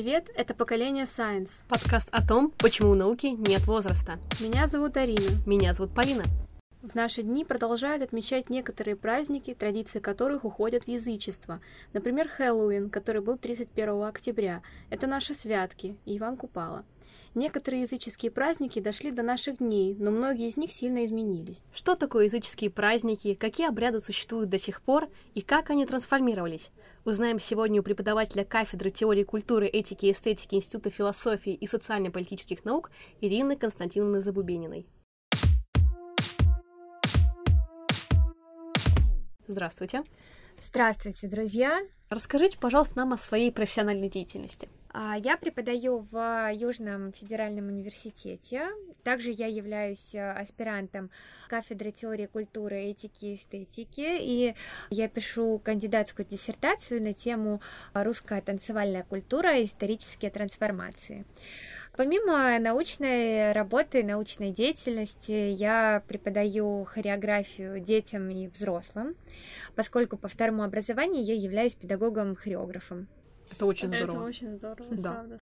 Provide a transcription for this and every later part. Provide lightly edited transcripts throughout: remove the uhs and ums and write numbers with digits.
Привет, это «Поколение Science». Подкаст о том, почему у науки нет возраста. Меня зовут Арина. Меня зовут Полина. В наши дни продолжают отмечать некоторые праздники, традиции которых уходят в язычество. Например, Хэллоуин, который был 31 октября. Это наши святки и Иван Купала. Некоторые языческие праздники дошли до наших дней, но многие из них сильно изменились. Что такое языческие праздники, какие обряды существуют до сих пор и как они трансформировались? Узнаем сегодня у преподавателя кафедры теории культуры, этики и эстетики Института философии и социально-политических наук Ирины Константиновны Забубениной. Здравствуйте. Здравствуйте, друзья! Расскажите, пожалуйста, нам о своей профессиональной деятельности. Я преподаю в Южном федеральном университете. Также я являюсь аспирантом кафедры теории культуры, этики и эстетики. И я пишу кандидатскую диссертацию на тему «Русская танцевальная культура и исторические трансформации». Помимо научной работы, научной деятельности, я преподаю хореографию детям и взрослым, поскольку по второму образованию я являюсь педагогом-хореографом. Это очень здорово. Это очень здорово, да. Правда.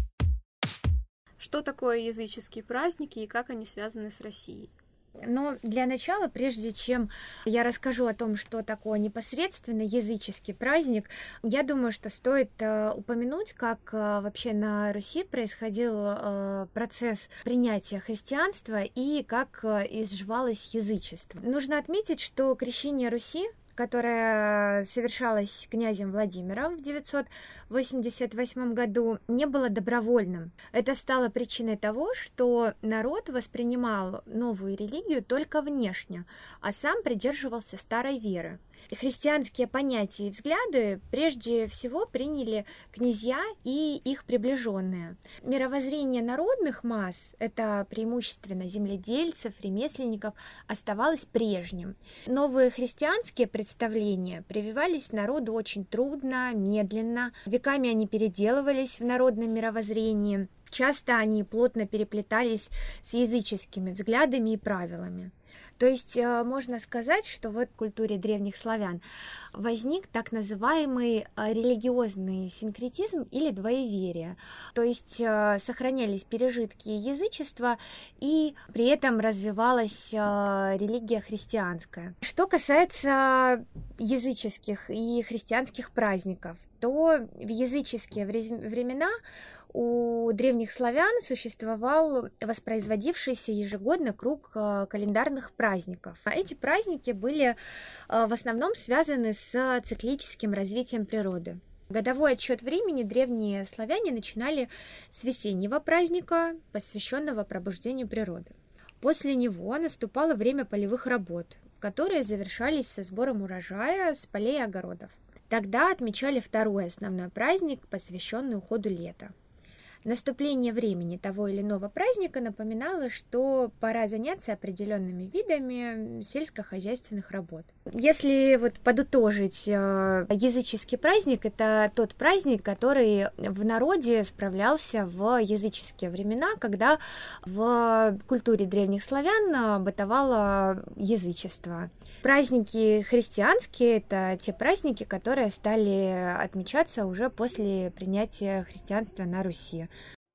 Что такое языческие праздники и как они связаны с Россией? Но для начала, прежде чем я расскажу о том, что такое непосредственно языческий праздник, я думаю, что стоит упомянуть, как вообще на Руси происходил процесс принятия христианства и как изживалось язычество. Нужно отметить, что крещение Руси, которое совершалось князем Владимиром в 988 году, не было добровольным. Это стало причиной того, что народ воспринимал новую религию только внешне, а сам придерживался старой веры. Христианские понятия и взгляды прежде всего приняли князья и их приближенные. Мировоззрение народных масс, это преимущественно земледельцев, ремесленников, оставалось прежним. Новые христианские представления прививались народу очень трудно, медленно. Веками они переделывались в народном мировоззрении. Часто они плотно переплетались с языческими взглядами и правилами. То есть можно сказать, что вот в культуре древних славян возник так называемый религиозный синкретизм или двоеверие. То есть сохранялись пережитки язычества и при этом развивалась религия христианская. Что касается языческих и христианских праздников, то в языческие времена у древних славян существовал воспроизводившийся ежегодно круг календарных праздников. Эти праздники были в основном связаны с циклическим развитием природы. Годовой отсчет времени древние славяне начинали с весеннего праздника, посвященного пробуждению природы. После него наступало время полевых работ, которые завершались со сбором урожая с полей и огородов. Тогда отмечали второй основной праздник, посвященный уходу лета. Наступление времени того или иного праздника напоминало, что пора заняться определенными видами сельскохозяйственных работ. Если вот подытожить, языческий праздник — это тот праздник, который в народе справлялся в языческие времена, когда в культуре древних славян бытовало язычество. Праздники христианские — это те праздники, которые стали отмечаться уже после принятия христианства на Руси.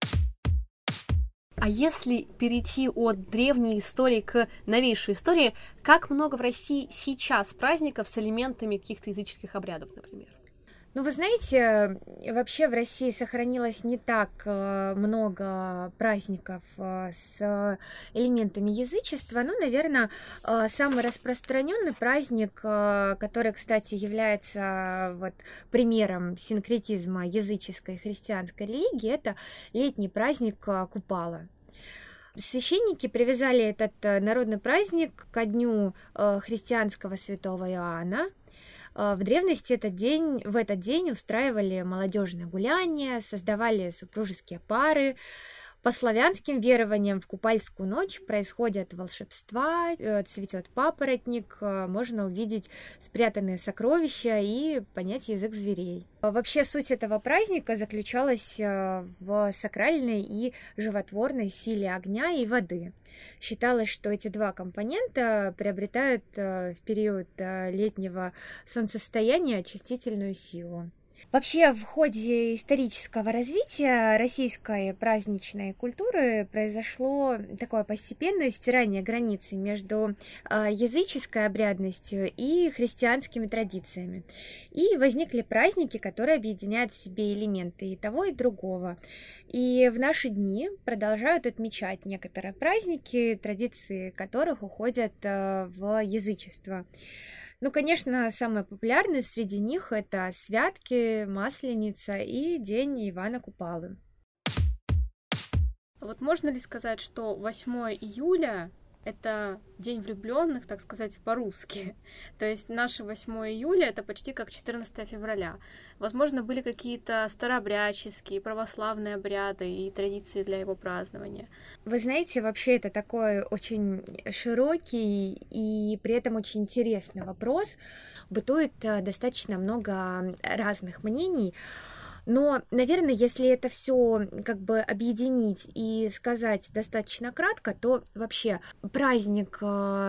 А если перейти от древней истории к новейшей истории, как много в России сейчас праздников с элементами каких-то языческих обрядов, например? Ну, вы знаете, вообще в России сохранилось не так много праздников с элементами язычества. Ну, наверное, самый распространенный праздник, который, кстати, является вот примером синкретизма языческой и христианской религии, это летний праздник Купала. Священники привязали этот народный праздник ко дню христианского святого Иоанна. В древности в этот день устраивали молодежные гуляния, создавали супружеские пары. По славянским верованиям в Купальскую ночь происходят волшебства, цветет папоротник, можно увидеть спрятанные сокровища и понять язык зверей. Вообще суть этого праздника заключалась в сакральной и животворной силе огня и воды. Считалось, что эти два компонента приобретают в период летнего солнцестояния очистительную силу. Вообще, в ходе исторического развития российской праздничной культуры произошло такое постепенное стирание границы между языческой обрядностью и христианскими традициями. И возникли праздники, которые объединяют в себе элементы и того, и другого. И в наши дни продолжают отмечать некоторые праздники, традиции которых уходят в язычество. Ну, конечно, самые популярные среди них это святки, Масленица и День Ивана Купалы. Вот можно ли сказать, что 8 июля это День влюбленных, так сказать, по-русски? То есть наше 8 июля это почти как 14 февраля. Возможно, были какие-то старообрядческие, православные обряды и традиции для его празднования. Вы знаете, вообще это такой очень широкий и при этом очень интересный вопрос. Бытует достаточно много разных мнений. Но, наверное, если это все как бы объединить и сказать достаточно кратко, то вообще праздник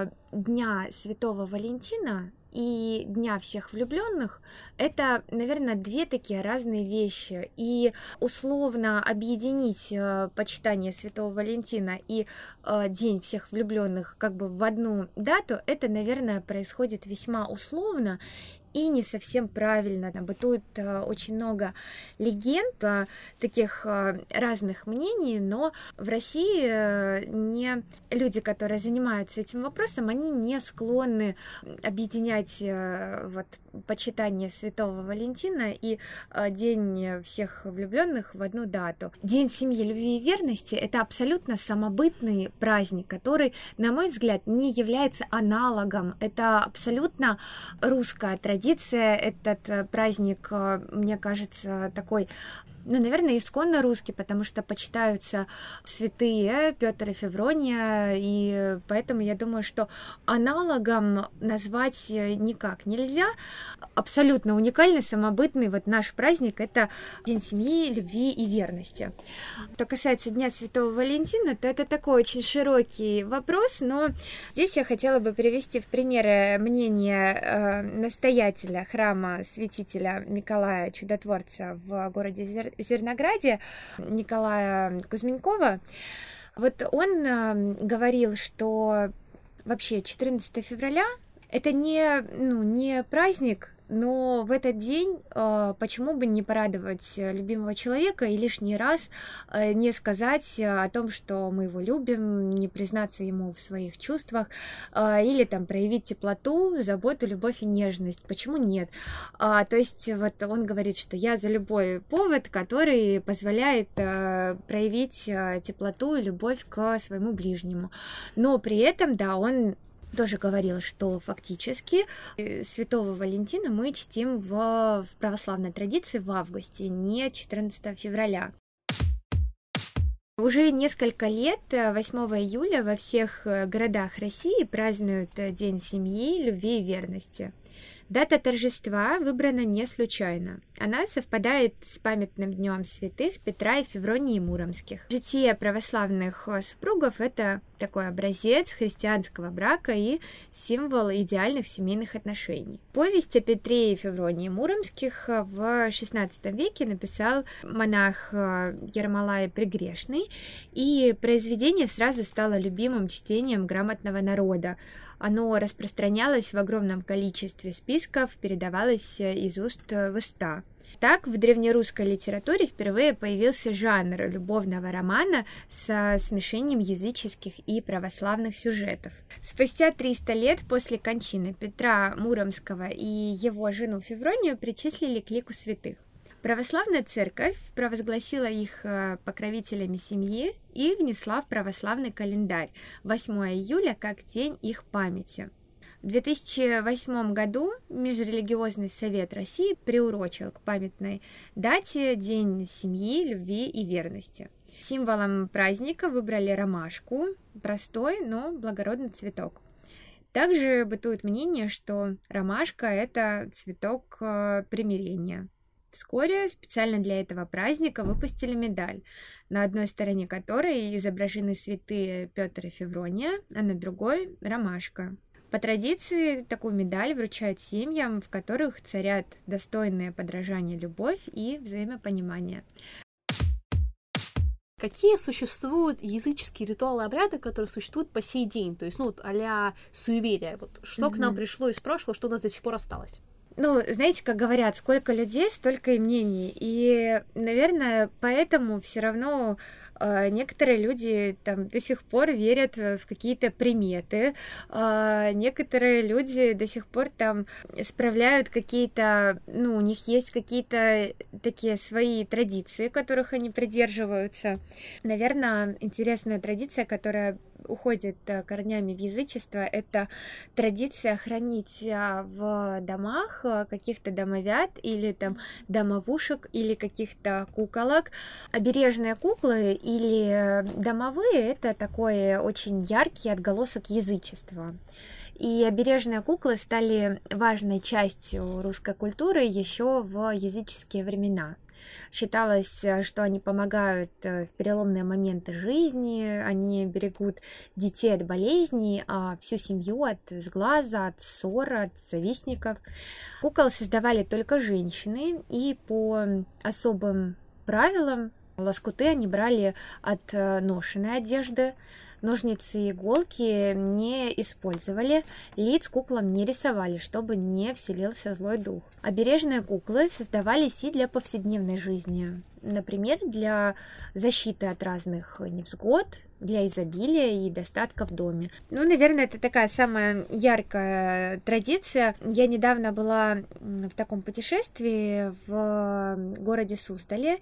Дня Святого Валентина и Дня всех влюбленных это, наверное, две такие разные вещи. И условно объединить почитание Святого Валентина и День всех влюбленных как бы в одну дату, это, наверное, происходит весьма условно и не совсем правильно. Там бытует очень много легенд, таких разных мнений, но в России люди, которые занимаются этим вопросом, они не склонны объединять вот почитание Святого Валентина и День всех влюбленных в одну дату. День семьи, любви и верности — это абсолютно самобытный праздник, который, на мой взгляд, не является аналогом. Это абсолютно русская традиция. Этот праздник, мне кажется, такой, наверное, исконно русский, потому что почитаются святые Петр и Феврония, и поэтому я думаю, что аналогом назвать никак нельзя. Абсолютно уникальный, самобытный вот наш праздник — это День семьи, любви и верности. Что касается Дня Святого Валентина, то это такой очень широкий вопрос, но здесь я хотела бы привести в пример мнение настоятеля храма святителя Николая Чудотворца в городе Зернограде, Николая Кузьменкова. Вот он говорил, что вообще 14 февраля это не праздник, но в этот день почему бы не порадовать любимого человека и лишний раз не сказать о том, что мы его любим, не признаться ему в своих чувствах или там проявить теплоту, заботу, любовь и нежность. Почему нет? То есть вот он говорит, что я за любой повод, который позволяет проявить теплоту и любовь к своему ближнему. Но при этом, да, он тоже говорил, что фактически Святого Валентина мы чтим в православной традиции в августе, не 14 февраля. Уже несколько лет 8 июля во всех городах России празднуют День семьи, любви и верности. Дата торжества выбрана не случайно. Она совпадает с памятным днем святых Петра и Февронии Муромских. Житие православных супругов — это такой образец христианского брака и символ идеальных семейных отношений. Повесть о Петре и Февронии Муромских в XVI веке написал монах Ермолай Прегрешный, и произведение сразу стало любимым чтением грамотного народа. Оно распространялось в огромном количестве списков, передавалось из уст в уста. Так, в древнерусской литературе впервые появился жанр любовного романа со смешением языческих и православных сюжетов. Спустя 300 лет после кончины Петра Муромского и его жену Февронию причислили к лику святых. Православная церковь провозгласила их покровителями семьи и внесла в православный календарь 8 июля как день их памяти. В 2008 году Межрелигиозный совет России приурочил к памятной дате День семьи, любви и верности. Символом праздника выбрали ромашку, простой, но благородный цветок. Также бытует мнение, что ромашка — это цветок примирения. Вскоре специально для этого праздника выпустили медаль, на одной стороне которой изображены святые Петр и Феврония, а на другой — ромашка. По традиции такую медаль вручают семьям, в которых царят достойное подражание, любовь и взаимопонимание. Какие существуют языческие ритуалы, обряды, которые существуют по сей день? То есть, а-ля суеверия. Вот что к нам пришло из прошлого, что у нас до сих пор осталось? Знаете, как говорят, сколько людей, столько и мнений. И, наверное, поэтому все равно некоторые люди там до сих пор верят в какие-то приметы, некоторые люди до сих пор там справляют какие-то, у них есть какие-то такие свои традиции, которых они придерживаются. Наверное, интересная традиция, которая уходит корнями в язычество, это традиция хранить в домах каких-то домовят или там домовушек или каких-то куколок. Обережные куклы или домовые — это такой очень яркий отголосок язычества. И обережные куклы стали важной частью русской культуры еще в языческие времена. Считалось, что они помогают в переломные моменты жизни, они берегут детей от болезней, а всю семью от сглаза, от ссор, от завистников. Кукол создавали только женщины, и по особым правилам лоскуты они брали от ношенной одежды. Ножницы и иголки не использовали, лиц куклам не рисовали, чтобы не вселился злой дух. Обережные куклы создавались и для повседневной жизни, например, для защиты от разных невзгод, для изобилия и достатка в доме. Наверное, это такая самая яркая традиция. Я недавно была в таком путешествии в городе Суздале,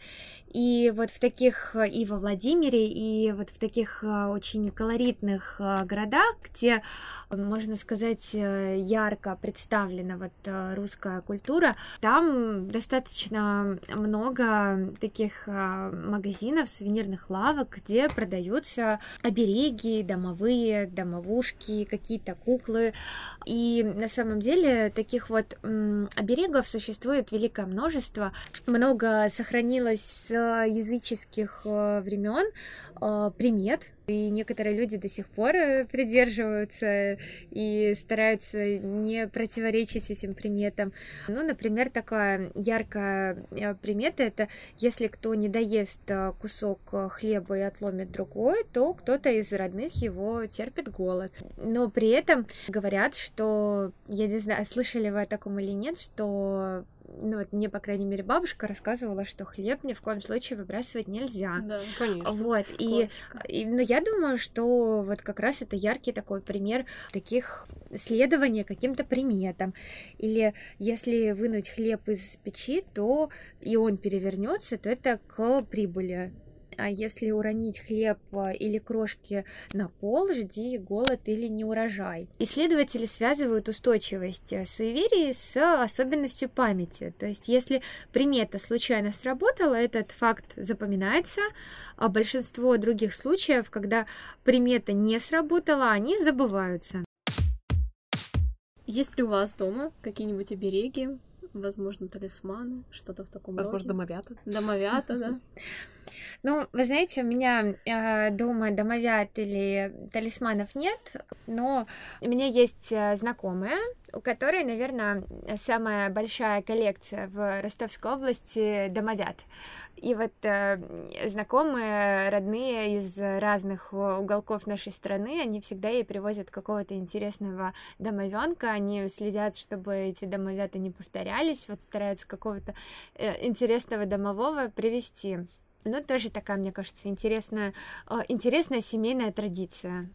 и вот в таких, и во Владимире, и вот в таких очень колоритных городах, где, можно сказать, ярко представлена вот русская культура, там достаточно много таких магазинов, сувенирных лавок, где продаются обереги, домовые, домовушки, какие-то куклы. И на самом деле таких вот оберегов существует великое множество. Много сохранилось с языческих времен примет, и некоторые люди до сих пор придерживаются и стараются не противоречить этим приметам. Например, такая яркая примета — это если кто не доест кусок хлеба и отломит другой, то кто-то из родных его терпит голод. Но при этом говорят, что, я не знаю, слышали вы о таком или нет, что мне, по крайней мере, бабушка рассказывала, что хлеб ни в коем случае выбрасывать нельзя. Да, конечно. Вот. И я думаю, что вот как раз это яркий такой пример таких следования каким-то приметам. Или если вынуть хлеб из печи, то и он перевернется, то это к прибыли. А если уронить хлеб или крошки на пол, жди голод или неурожай. Исследователи связывают устойчивость суеверий с особенностью памяти. То есть, если примета случайно сработала, этот факт запоминается, а большинство других случаев, когда примета не сработала, они забываются. Есть ли у вас дома какие-нибудь обереги, возможно, талисманы, что-то в таком роде? Возможно, домовята. Домовята, да. Вы знаете, у меня дома домовят или талисманов нет, но у меня есть знакомая, у которой, наверное, самая большая коллекция в Ростовской области домовят. И вот знакомые, родные из разных уголков нашей страны, они всегда ей привозят какого-то интересного домовенка, они следят, чтобы эти домовята не повторялись, вот стараются какого-то интересного домового привезти. Тоже такая, мне кажется, интересная семейная традиция.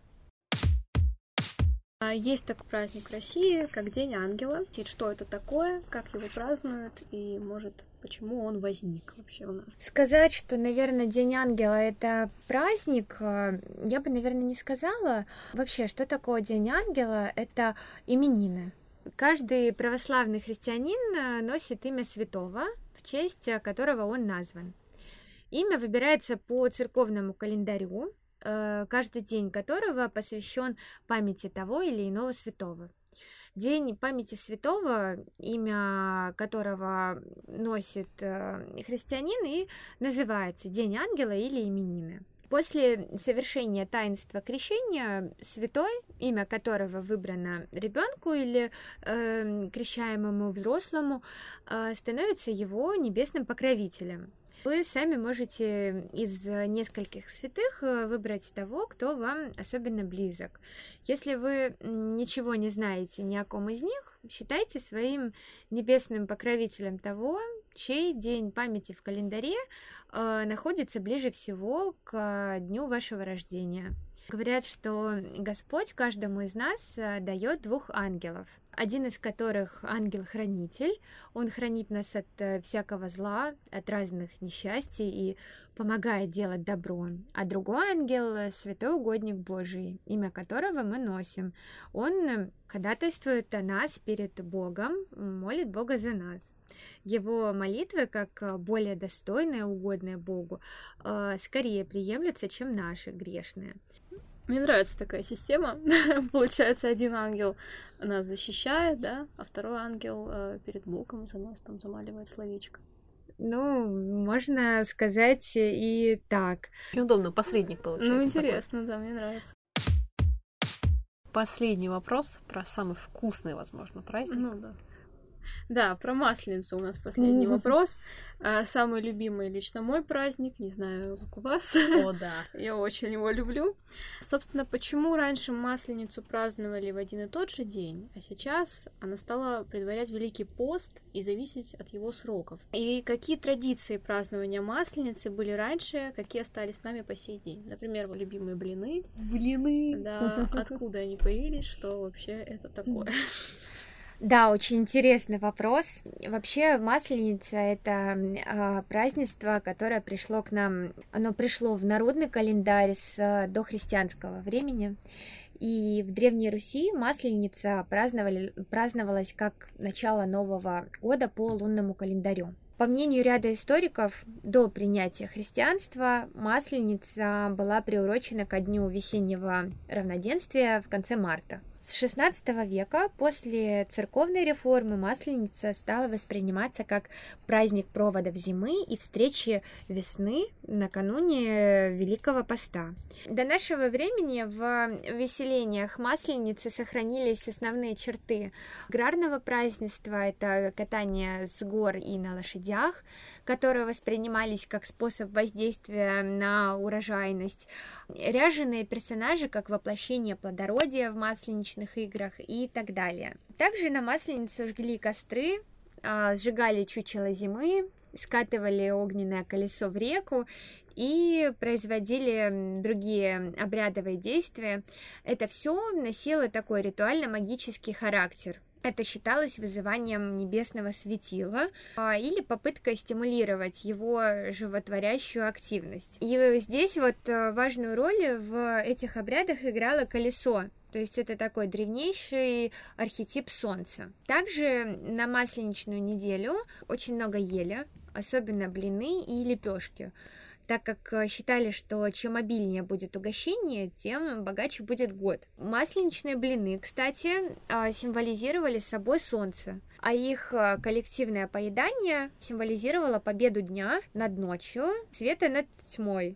Есть такой праздник в России, как День ангела. Что это такое, как его празднуют и, может, почему он возник вообще у нас? Сказать, что, наверное, День ангела — это праздник, я бы, наверное, не сказала. Вообще, что такое День ангела? Это именины. Каждый православный христианин носит имя святого, в честь которого он назван. Имя выбирается по церковному календарю, каждый день которого посвящен памяти того или иного святого. День памяти святого, имя которого носит христианин, и называется День ангела или именины. После совершения таинства крещения святой, имя которого выбрано ребенку или крещаемому взрослому, становится его небесным покровителем. Вы сами можете из нескольких святых выбрать того, кто вам особенно близок. Если вы ничего не знаете ни о ком из них, считайте своим небесным покровителем того, чей день памяти в календаре находится ближе всего к дню вашего рождения. Говорят, что Господь каждому из нас дает 2 ангелов. Один из которых ангел-хранитель, он хранит нас от всякого зла, от разных несчастий и помогает делать добро. А другой ангел — святой угодник Божий, имя которого мы носим. Он ходатайствует о нас перед Богом, молит Бога за нас. Его молитвы, как более достойные, угодные Богу, скорее приемлются, чем наши грешные. Мне нравится такая система. Получается, один ангел нас защищает, да, а второй ангел перед Богом за нас там замаливает словечко. Ну, можно сказать и так. Очень удобно, посредник получается. Ну, интересно, такой. Да, мне нравится. Последний вопрос про самый вкусный, возможно, праздник. Ну, да. Да, про Масленицу у нас последний вопрос. Самый любимый лично мой праздник, не знаю, как у вас. О, да. Я очень его люблю. Собственно, почему раньше Масленицу праздновали в один и тот же день, а сейчас она стала предварять Великий пост и зависеть от его сроков? И какие традиции празднования Масленицы были раньше, какие остались с нами по сей день? Например, любимые блины. Блины! Да, откуда они появились, что вообще это такое? Да, очень интересный вопрос. Вообще, Масленица — это празднество, которое пришло к нам, оно пришло в народный календарь с дохристианского времени. И в Древней Руси Масленица праздновалась как начало Нового года по лунному календарю. По мнению ряда историков, до принятия христианства Масленица была приурочена ко дню весеннего равноденствия в конце марта. С XVI века, после церковной реформы, Масленица стала восприниматься как праздник проводов зимы и встречи весны накануне Великого Поста. До нашего времени в веселениях Масленицы сохранились основные черты аграрного празднества, это катание с гор и на лошадях, которые воспринимались как способ воздействия на урожайность, ряженые персонажи как воплощение плодородия в масленичных играх и так далее. Также на Масленицу жгли костры, сжигали чучело зимы, скатывали огненное колесо в реку и производили другие обрядовые действия. Это все носило такой ритуально-магический характер. Это считалось вызыванием небесного светила или попыткой стимулировать его животворящую активность. И здесь вот важную роль в этих обрядах играло колесо. То есть это такой древнейший архетип солнца. Также на масленичную неделю очень много ели, особенно блины и лепешки, так как считали, что чем обильнее будет угощение, тем богаче будет год. Масленичные блины, кстати, символизировали собой солнце, а их коллективное поедание символизировало победу дня над ночью, света над тьмой.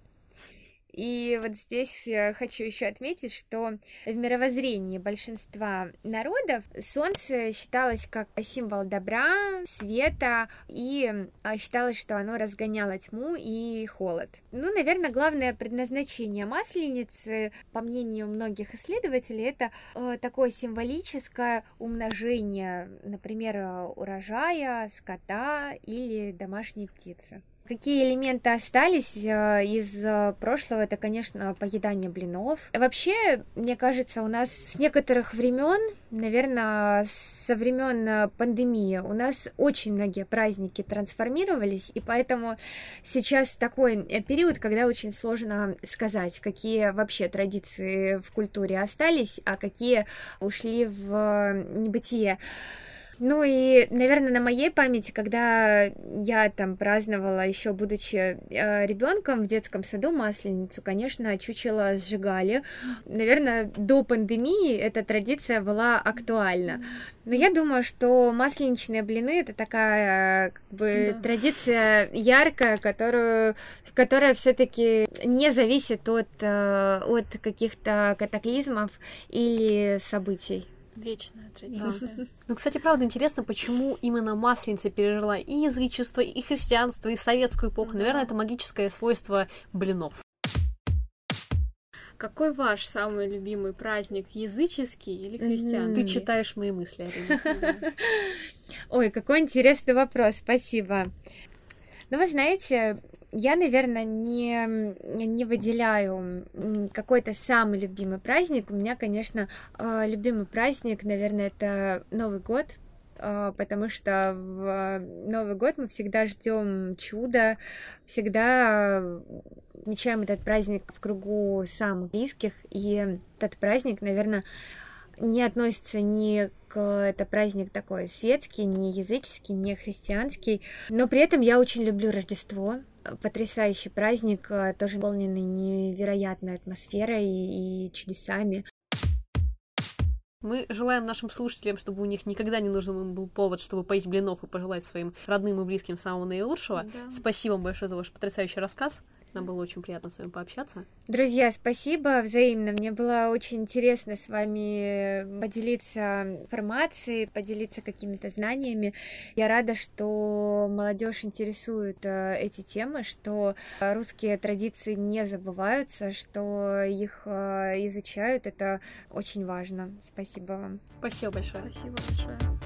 И вот здесь я хочу еще отметить, что в мировоззрении большинства народов солнце считалось как символ добра, света, и считалось, что оно разгоняло тьму и холод. Ну, наверное, главное предназначение Масленицы, по мнению многих исследователей, это такое символическое умножение, например, урожая, скота или домашней птицы. Какие элементы остались из прошлого? Это, конечно, поедание блинов. Вообще, мне кажется, у нас с некоторых времен, наверное, со времен пандемии, у нас очень многие праздники трансформировались, и поэтому сейчас такой период, когда очень сложно сказать, какие вообще традиции в культуре остались, а какие ушли в небытие. Ну и, наверное, на моей памяти, когда я там праздновала, еще будучи ребенком в детском саду Масленицу, конечно, чучело сжигали. Наверное, до пандемии эта традиция была актуальна. Но я думаю, что масленичные блины — это такая традиция яркая, которая все-таки не зависит от каких-то катаклизмов или событий. Вечная традиция. Да. Ну, кстати, правда интересно, почему именно Масленица пережила и язычество, и христианство, и советскую эпоху. Да. Наверное, это магическое свойство блинов. Какой ваш самый любимый праздник, языческий или христианский? Ты читаешь мои мысли, Арина. Ой, какой интересный вопрос, спасибо. Ну, вы знаете, я, наверное, не выделяю какой-то самый любимый праздник. У меня, конечно, любимый праздник, наверное, это Новый год, потому что в Новый год мы всегда ждем чуда, всегда отмечаем этот праздник в кругу самых близких, и этот праздник, наверное, не относится ни это праздник такой светский, не языческий, не христианский, но при этом я очень люблю Рождество. Потрясающий праздник, тоже наполненный невероятной атмосферой и чудесами. Мы желаем нашим слушателям, чтобы у них никогда не нужен был повод, чтобы поесть блинов и пожелать своим родным и близким самого наилучшего. Да. Спасибо вам большое за ваш потрясающий рассказ. Нам было очень приятно с вами пообщаться. Друзья, спасибо взаимно. Мне было очень интересно с вами поделиться информацией, поделиться какими-то знаниями. Я рада, что молодежь интересует эти темы, что русские традиции не забываются, что их изучают. Это очень важно. Спасибо вам. Спасибо большое. Спасибо большое.